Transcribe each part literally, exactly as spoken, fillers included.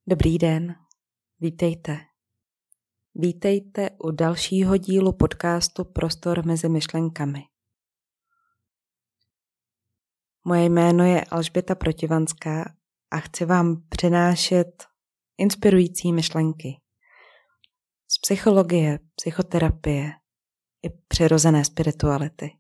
Dobrý den, vítejte. Vítejte u dalšího dílu podcastu Prostor mezi myšlenkami. Moje jméno je Alžběta Protivanská a chci vám přinášet inspirující myšlenky z psychologie, psychoterapie i přirozené spirituality.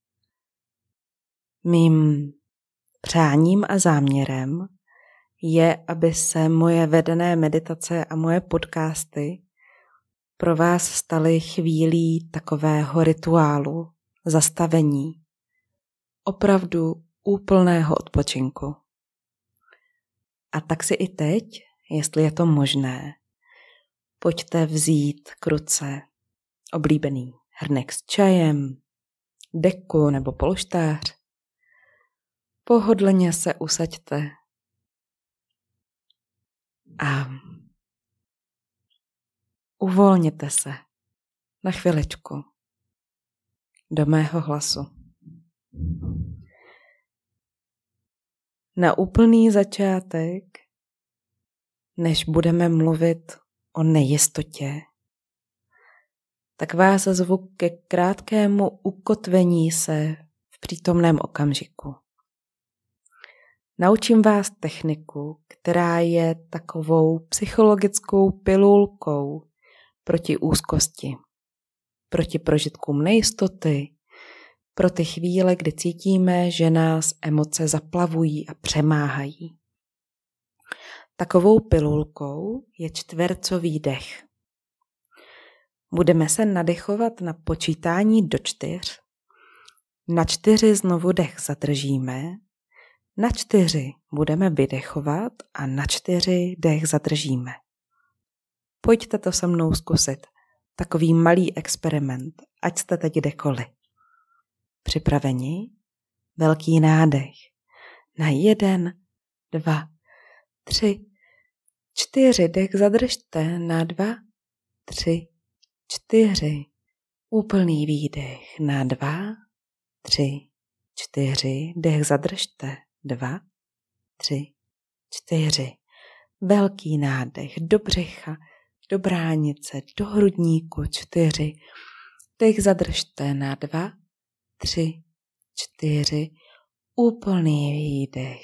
Mým přáním a záměrem je, aby se moje vedené meditace a moje podcasty pro vás staly chvílí takového rituálu, zastavení, opravdu úplného odpočinku. A tak si i teď, jestli je to možné, pojďte vzít k ruce oblíbený hrnek s čajem, deku nebo polštář. Pohodlně se usaďte a uvolněte se na chviličku do mého hlasu. Na úplný začátek, než budeme mluvit o nejistotě, tak vás zvu ke krátkému ukotvení se v přítomném okamžiku. Naučím vás techniku, která je takovou psychologickou pilulkou proti úzkosti, proti prožitkům nejistoty, pro ty chvíle, kdy cítíme, že nás emoce zaplavují a přemáhají. Takovou pilulkou je čtvercový dech. Budeme se nadechovat na počítání do čtyř. Na čtyři znovu dech zadržíme. Na čtyři budeme vydechovat a na čtyři dech zadržíme. Pojďte to se mnou zkusit. Takový malý experiment, ať jste teď kdekoliv. Připraveni? Velký nádech. Na jeden, dva, tři, čtyři. Dech zadržte. Na dva, tři, čtyři. Úplný výdech. Na dva, tři, čtyři. Dech zadržte. Dva, tři, čtyři. Velký nádech do břicha, do bránice, do hrudníku. Čtyři. Dech zadržte na dva, tři, čtyři. Úplný výdech.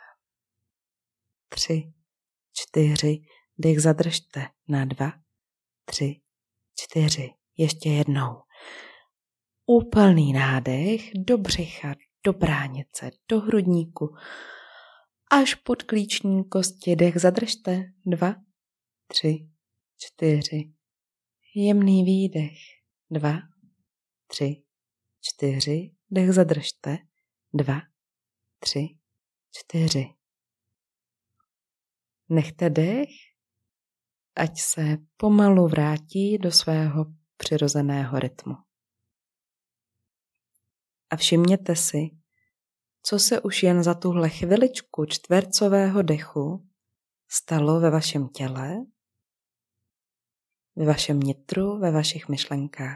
Tři, čtyři. Dech zadržte na dva, tři, čtyři. Ještě jednou. Úplný nádech do břicha, do bránice, do hrudníku, až pod klíční kosti. Dech zadržte. Dva, tři, čtyři. Jemný výdech. Dva, tři, čtyři. Dech zadržte. Dva, tři, čtyři. Nechte dech, ať se pomalu vrátí do svého přirozeného rytmu. A všimněte si, co se už jen za tuhle chviličku čtvercového dechu stalo ve vašem těle, ve vašem nitru, ve vašich myšlenkách.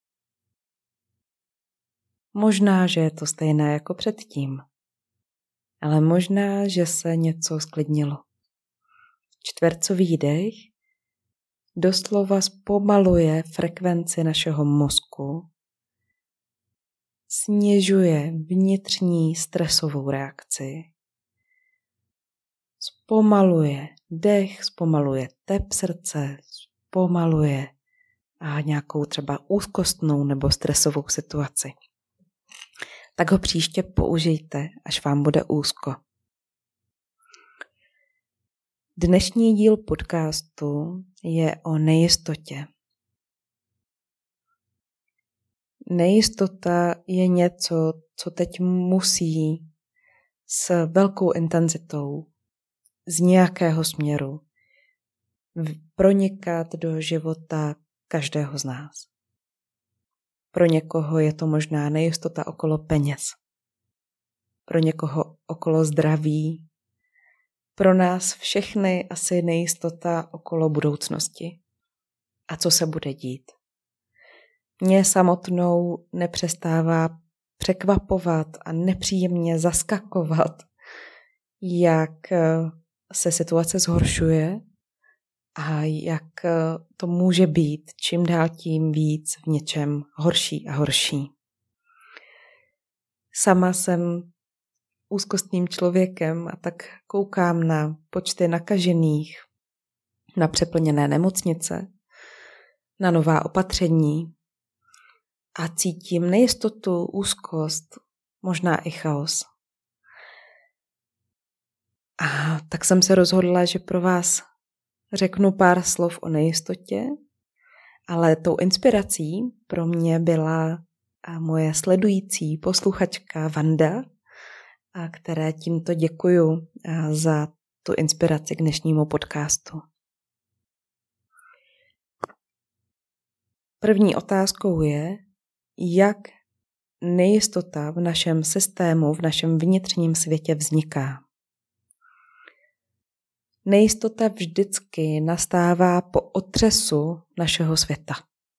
Možná, že je to stejné jako předtím, ale možná, že se něco sklidnilo. Čtvercový dech doslova zpomaluje frekvenci našeho mozku, snižuje vnitřní stresovou reakci, zpomaluje dech, zpomaluje tep srdce, zpomaluje a nějakou třeba úzkostnou nebo stresovou situaci. Tak ho příště použijte, až vám bude úzko. Dnešní díl podcastu je o nejistotě. Nejistota je něco, co teď musí s velkou intenzitou z nějakého směru pronikat do života každého z nás. Pro někoho je to možná nejistota okolo peněz. Pro někoho okolo zdraví. Pro nás všechny asi nejistota okolo budoucnosti. A co se bude dít. Mě samotnou nepřestává překvapovat a nepříjemně zaskakovat, jak se situace zhoršuje a jak to může být čím dál tím víc v něčem horší a horší. Sama jsem úzkostným člověkem a tak koukám na počty nakažených, na přeplněné nemocnice, na nová opatření a cítím nejistotu, úzkost, možná i chaos. A tak jsem se rozhodla, že pro vás řeknu pár slov o nejistotě, ale tou inspirací pro mě byla moje sledující posluchačka Vanda, a které tímto děkuju za tu inspiraci k dnešnímu podcastu. První otázkou je, jak nejistota v našem systému, v našem vnitřním světě vzniká. Nejistota vždycky nastává po otřesu našeho světa.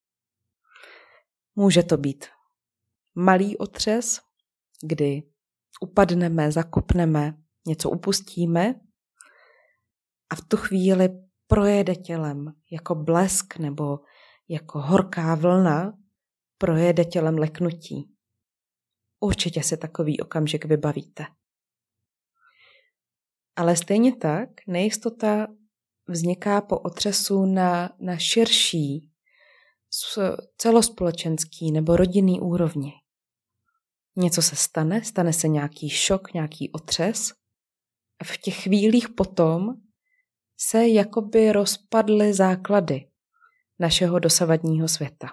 Může to být malý otřes, kdy upadneme, zakopneme, něco upustíme a v tu chvíli projede tělem jako blesk nebo jako horká vlna, projede tělem leknutí. Určitě si takový okamžik vybavíte. Ale stejně tak nejistota vzniká po otřesu na, na širší, celospolečenský nebo rodinný úrovni. Něco se stane, stane se nějaký šok, nějaký otřes. A v těch chvílích potom se jakoby rozpadly základy našeho dosavadního světa.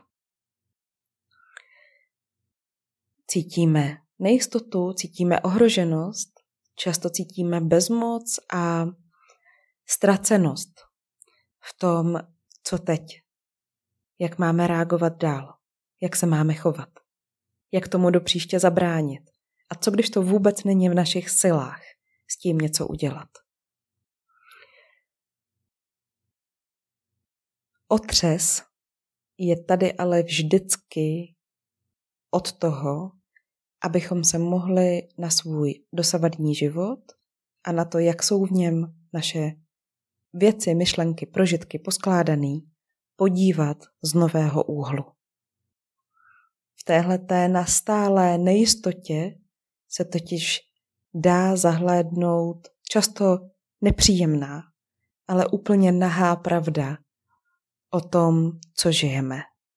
Cítíme nejistotu, cítíme ohroženost, často cítíme bezmoc a ztracenost v tom, co teď, jak máme reagovat dál, jak se máme chovat, jak tomu do příště zabránit a co když to vůbec není v našich silách s tím něco udělat. Otřes je tady ale vždycky od toho, abychom se mohli na svůj dosavadní život a na to, jak jsou v něm naše věci, myšlenky, prožitky poskládaný, podívat z nového úhlu. V téhleté nastálé nejistotě se totiž dá zahlédnout často nepříjemná, ale úplně nahá pravda o tom, co žijeme.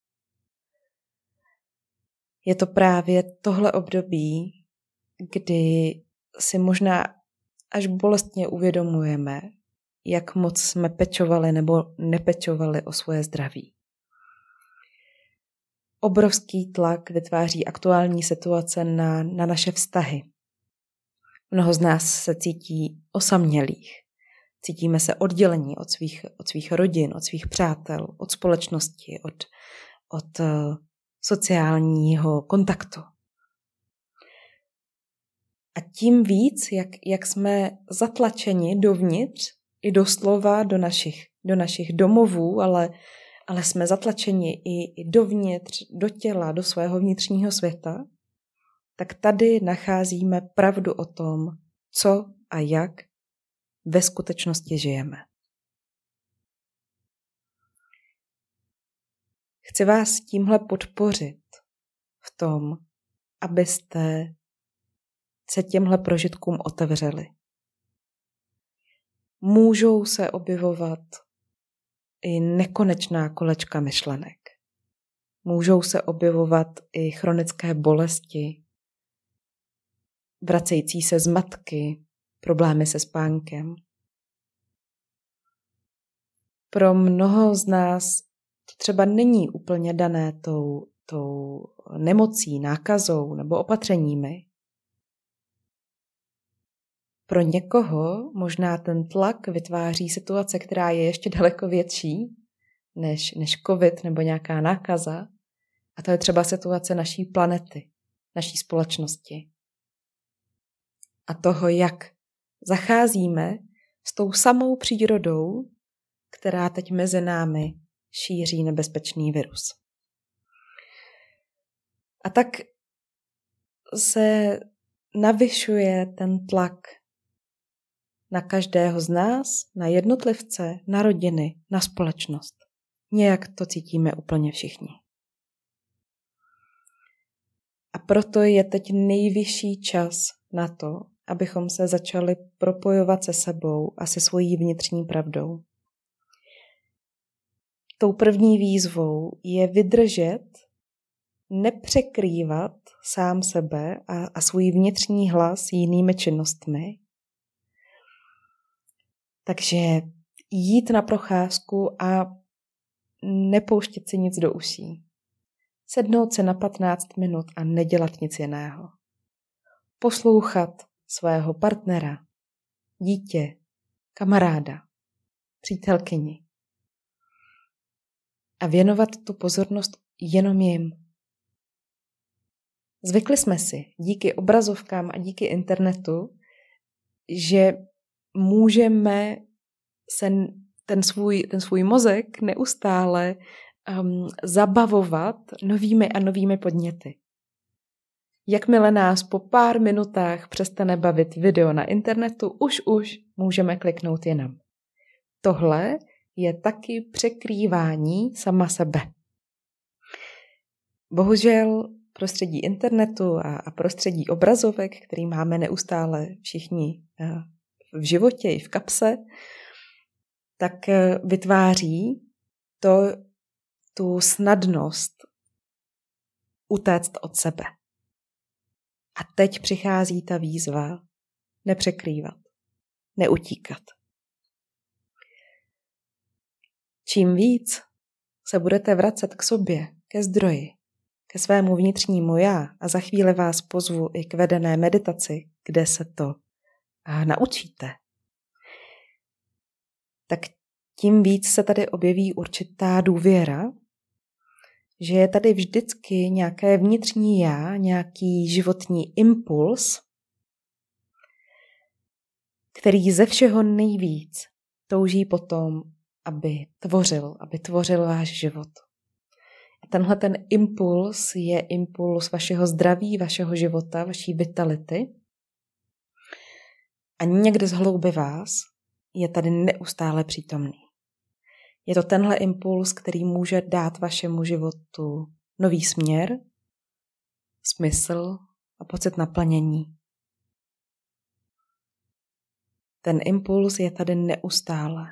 Je to právě tohle období, kdy si možná až bolestně uvědomujeme, jak moc jsme pečovali nebo nepečovali o svoje zdraví. Obrovský tlak vytváří aktuální situace na, na naše vztahy. Mnoho z nás se cítí osamělých. Cítíme se oddělení od svých, od svých rodin, od svých přátel, od společnosti, od, od uh, sociálního kontaktu. A tím víc, jak, jak jsme zatlačeni dovnitř, i doslova do našich, do našich domovů, ale, ale jsme zatlačeni i, i dovnitř, do těla, do svého vnitřního světa, tak tady nacházíme pravdu o tom, co a jak ve skutečnosti žijeme. Chci vás tímhle podpořit v tom, abyste se těmhle prožitkům otevřeli. Můžou se objevovat i nekonečná kolečka myšlenek. Můžou se objevovat i chronické bolesti, vracející se zmatky, problémy se spánkem. Pro mnoho z nás to třeba není úplně dané tou, tou nemocí, nákazou nebo opatřeními. Pro někoho možná ten tlak vytváří situace, která je ještě daleko větší než, než covid nebo nějaká nákaza. A to je třeba situace naší planety, naší společnosti. A toho, jak zacházíme s tou samou přírodou, která teď mezi námi šíří nebezpečný virus. A tak se navyšuje ten tlak na každého z nás, na jednotlivce, na rodiny, na společnost. Nějak to cítíme úplně všichni. A proto je teď nejvyšší čas na to, abychom se začali propojovat se sebou a se svojí vnitřní pravdou. Tou první výzvou je vydržet, nepřekrývat sám sebe a, a svůj vnitřní hlas jinými činnostmi. Takže jít na procházku a nepouštět si nic do uší. Sednout se na patnáct minut a nedělat nic jiného. Poslouchat svého partnera, dítě, kamaráda, přítelkyni. A věnovat tu pozornost jenom jim. Zvykli jsme si díky obrazovkám a díky internetu, že můžeme se ten svůj, ten svůj mozek neustále um, zabavovat novými a novými podněty. Jakmile nás po pár minutách přestane bavit video na internetu, už už můžeme kliknout jinam. Tohle je taky překrývání sama sebe. Bohužel prostředí internetu a, a prostředí obrazovek, který máme neustále všichni v životě i v kapse, tak vytváří to, tu snadnost utéct od sebe. A teď přichází ta výzva nepřekrývat, neutíkat. Čím víc se budete vracet k sobě, ke zdroji, ke svému vnitřnímu já a za chvíli vás pozvu i k vedené meditaci, kde se to naučíte, tak tím víc se tady objeví určitá důvěra, že je tady vždycky nějaké vnitřní já, nějaký životní impuls, který ze všeho nejvíc touží potom, aby tvořil, aby tvořil váš život. A tenhle ten impuls je impuls vašeho zdraví, vašeho života, vaší vitality. A někde z hloubi vás je tady neustále přítomný. Je to tenhle impuls, který může dát vašemu životu nový směr, smysl a pocit naplnění. Ten impuls je tady neustále.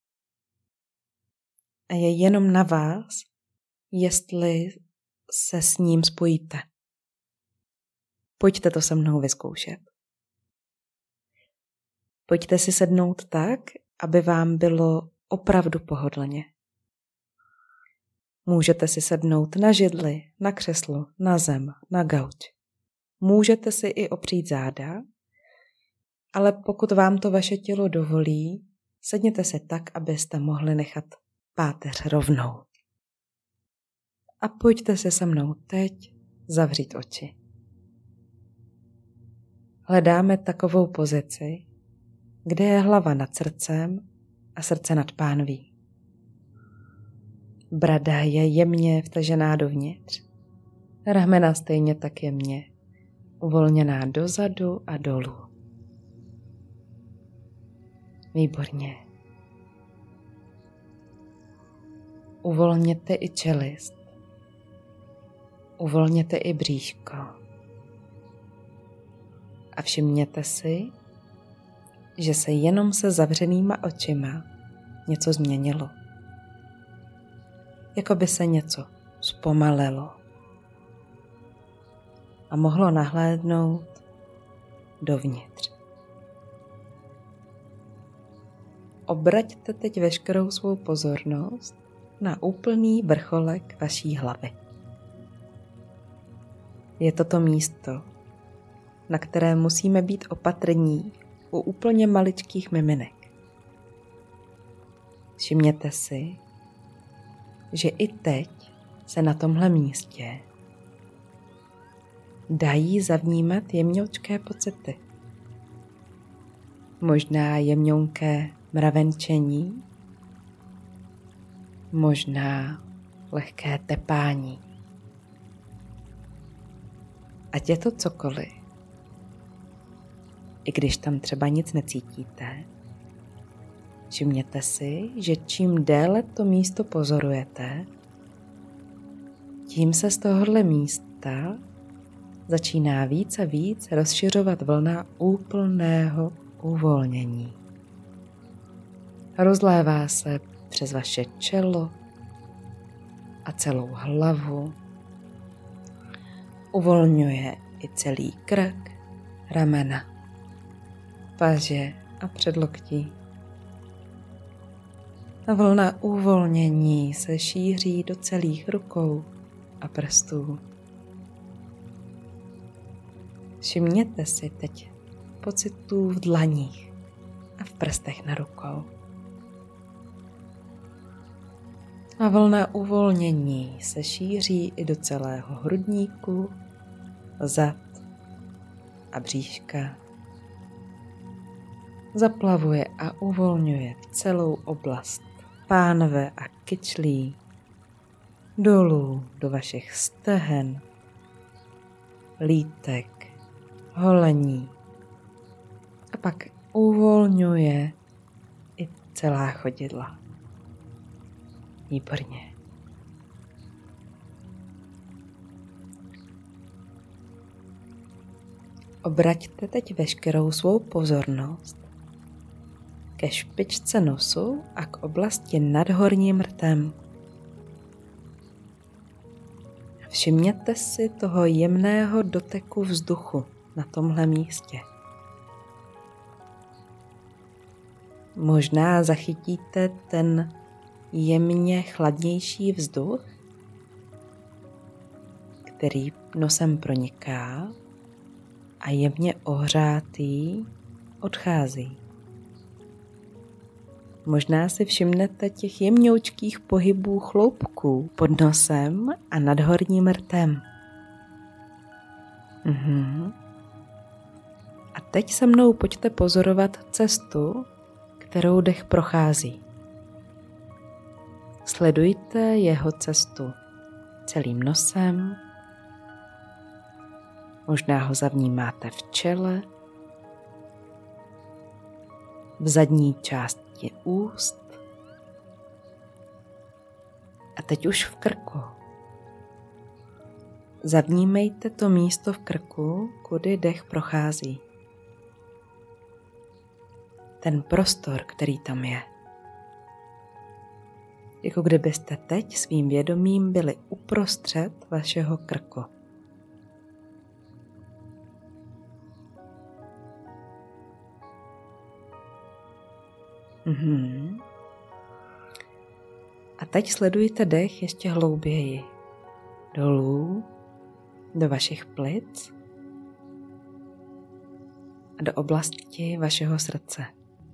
A je jenom na vás, jestli se s ním spojíte. Pojďte to se mnou vyzkoušet. Pojďte si sednout tak, aby vám bylo opravdu pohodlně. Můžete si sednout na židli, na křeslo, na zem, na gauč. Můžete si i opřít záda, ale pokud vám to vaše tělo dovolí, sedněte si tak, abyste mohli nechat páteř rovnou. A pojďte se se mnou teď zavřít oči. Hledáme takovou pozici, kde je hlava nad srdcem a srdce nad pánví. Brada je jemně vtažená dovnitř. Ramena stejně tak jemně, uvolněná dozadu a dolů. Výborně. Uvolněte i čelist. Uvolněte i bříško. A všimněte si, že se jenom se zavřenýma očima něco změnilo. Jako by se něco zpomalilo. A mohlo nahlédnout dovnitř. Obraťte teď veškerou svou pozornost na úplný vrcholek vaší hlavy. Je to to místo, na které musíme být opatrní u úplně maličkých miminek. Všimněte si, že i teď se na tomhle místě dají zavnímat jemňoučké pocity. Možná jemňonké mravenčení, možná lehké tepání. Ať je to cokoliv, i když tam třeba nic necítíte, Všimněte si, že čím déle to místo pozorujete, tím se z tohohle místa začíná víc a víc rozšiřovat vlna úplného uvolnění. Rozlévá se přes vaše čelo a celou hlavu. Uvolňuje i celý krk, ramena, paže a předloktí. A vlna uvolnění se šíří do celých rukou a prstů. Všimněte si teď pocitů v dlaních a v prstech na rukou. A vlna uvolnění se šíří i do celého hrudníku, zad a bříška. Zaplavuje a uvolňuje celou oblast pánve a kyčlí, dolů do vašich stehen, lítek, holení a pak uvolňuje i celá chodidla. Výborně. Obraťte teď veškerou svou pozornost ke špičce nosu a k oblasti nad horním rtem. Všimněte si toho jemného doteku vzduchu na tomhle místě. Možná zachytíte ten jemně chladnější vzduch, který nosem proniká a jemně ohřátý odchází. Možná si všimnete těch jemňoučkých pohybů chloupků pod nosem a nad horním rtem. Mhm. A teď se mnou pojďte pozorovat cestu, kterou dech prochází. Sledujte jeho cestu celým nosem, možná ho zavnímáte v čele, v zadní části úst a teď už v krku. Zavnímejte to místo v krku, kudy dech prochází. Ten prostor, který tam je. Jako kdybyste teď svým vědomím byli uprostřed vašeho krku. Mhm. A teď sledujte dech ještě hlouběji. Dolů, do vašich plic a do oblasti vašeho srdce.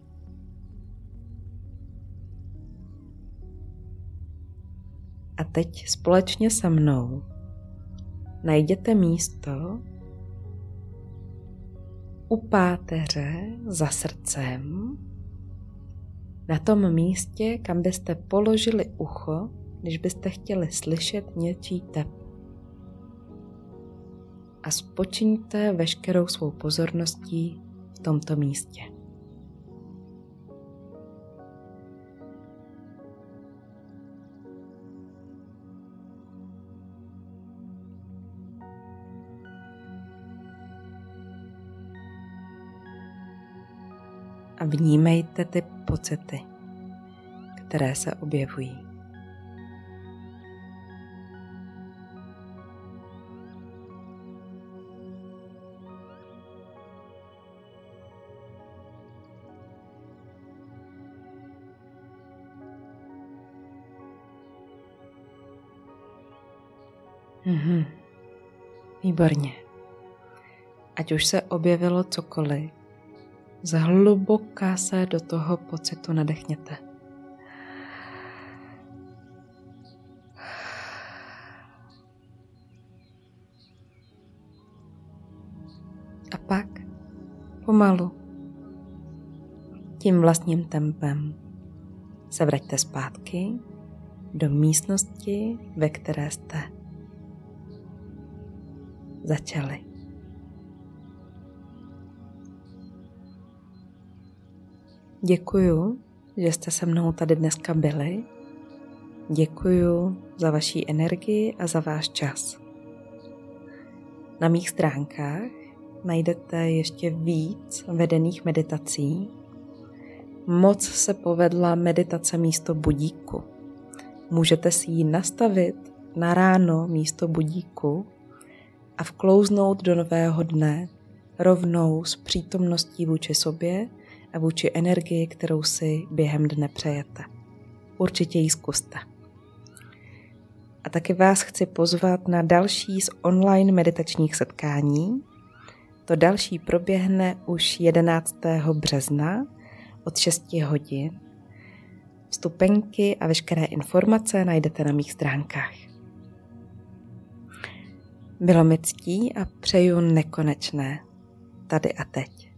A teď společně se mnou najděte místo u páteře za srdcem, na tom místě, kam byste položili ucho, když byste chtěli slyšet něčí tep. A spočiňte veškerou svou pozorností v tomto místě. A vnímejte ty pocity, které se objevují. Mhm. Výborně. Ať už se objevilo cokoliv, zhluboka se do toho pocitu nadechněte. A pak pomalu, tím vlastním tempem, se vraťte zpátky do místnosti, ve které jste začali. Děkuju, že jste se mnou tady dneska byli. Děkuju za vaši energii a za váš čas. Na mých stránkách najdete ještě víc vedených meditací. Moc se povedla meditace místo budíku. Můžete si ji nastavit na ráno místo budíku a vklouznout do nového dne rovnou s přítomností vůči sobě a vůči energii, kterou si během dne přejete. Určitě ji zkuste. A taky vás chci pozvat na další z online meditačních setkání. To další proběhne už jedenáctého března od šesti hodin. Vstupenky a veškeré informace najdete na mých stránkách. Bylo mi ctí a přeju nekonečné tady a teď.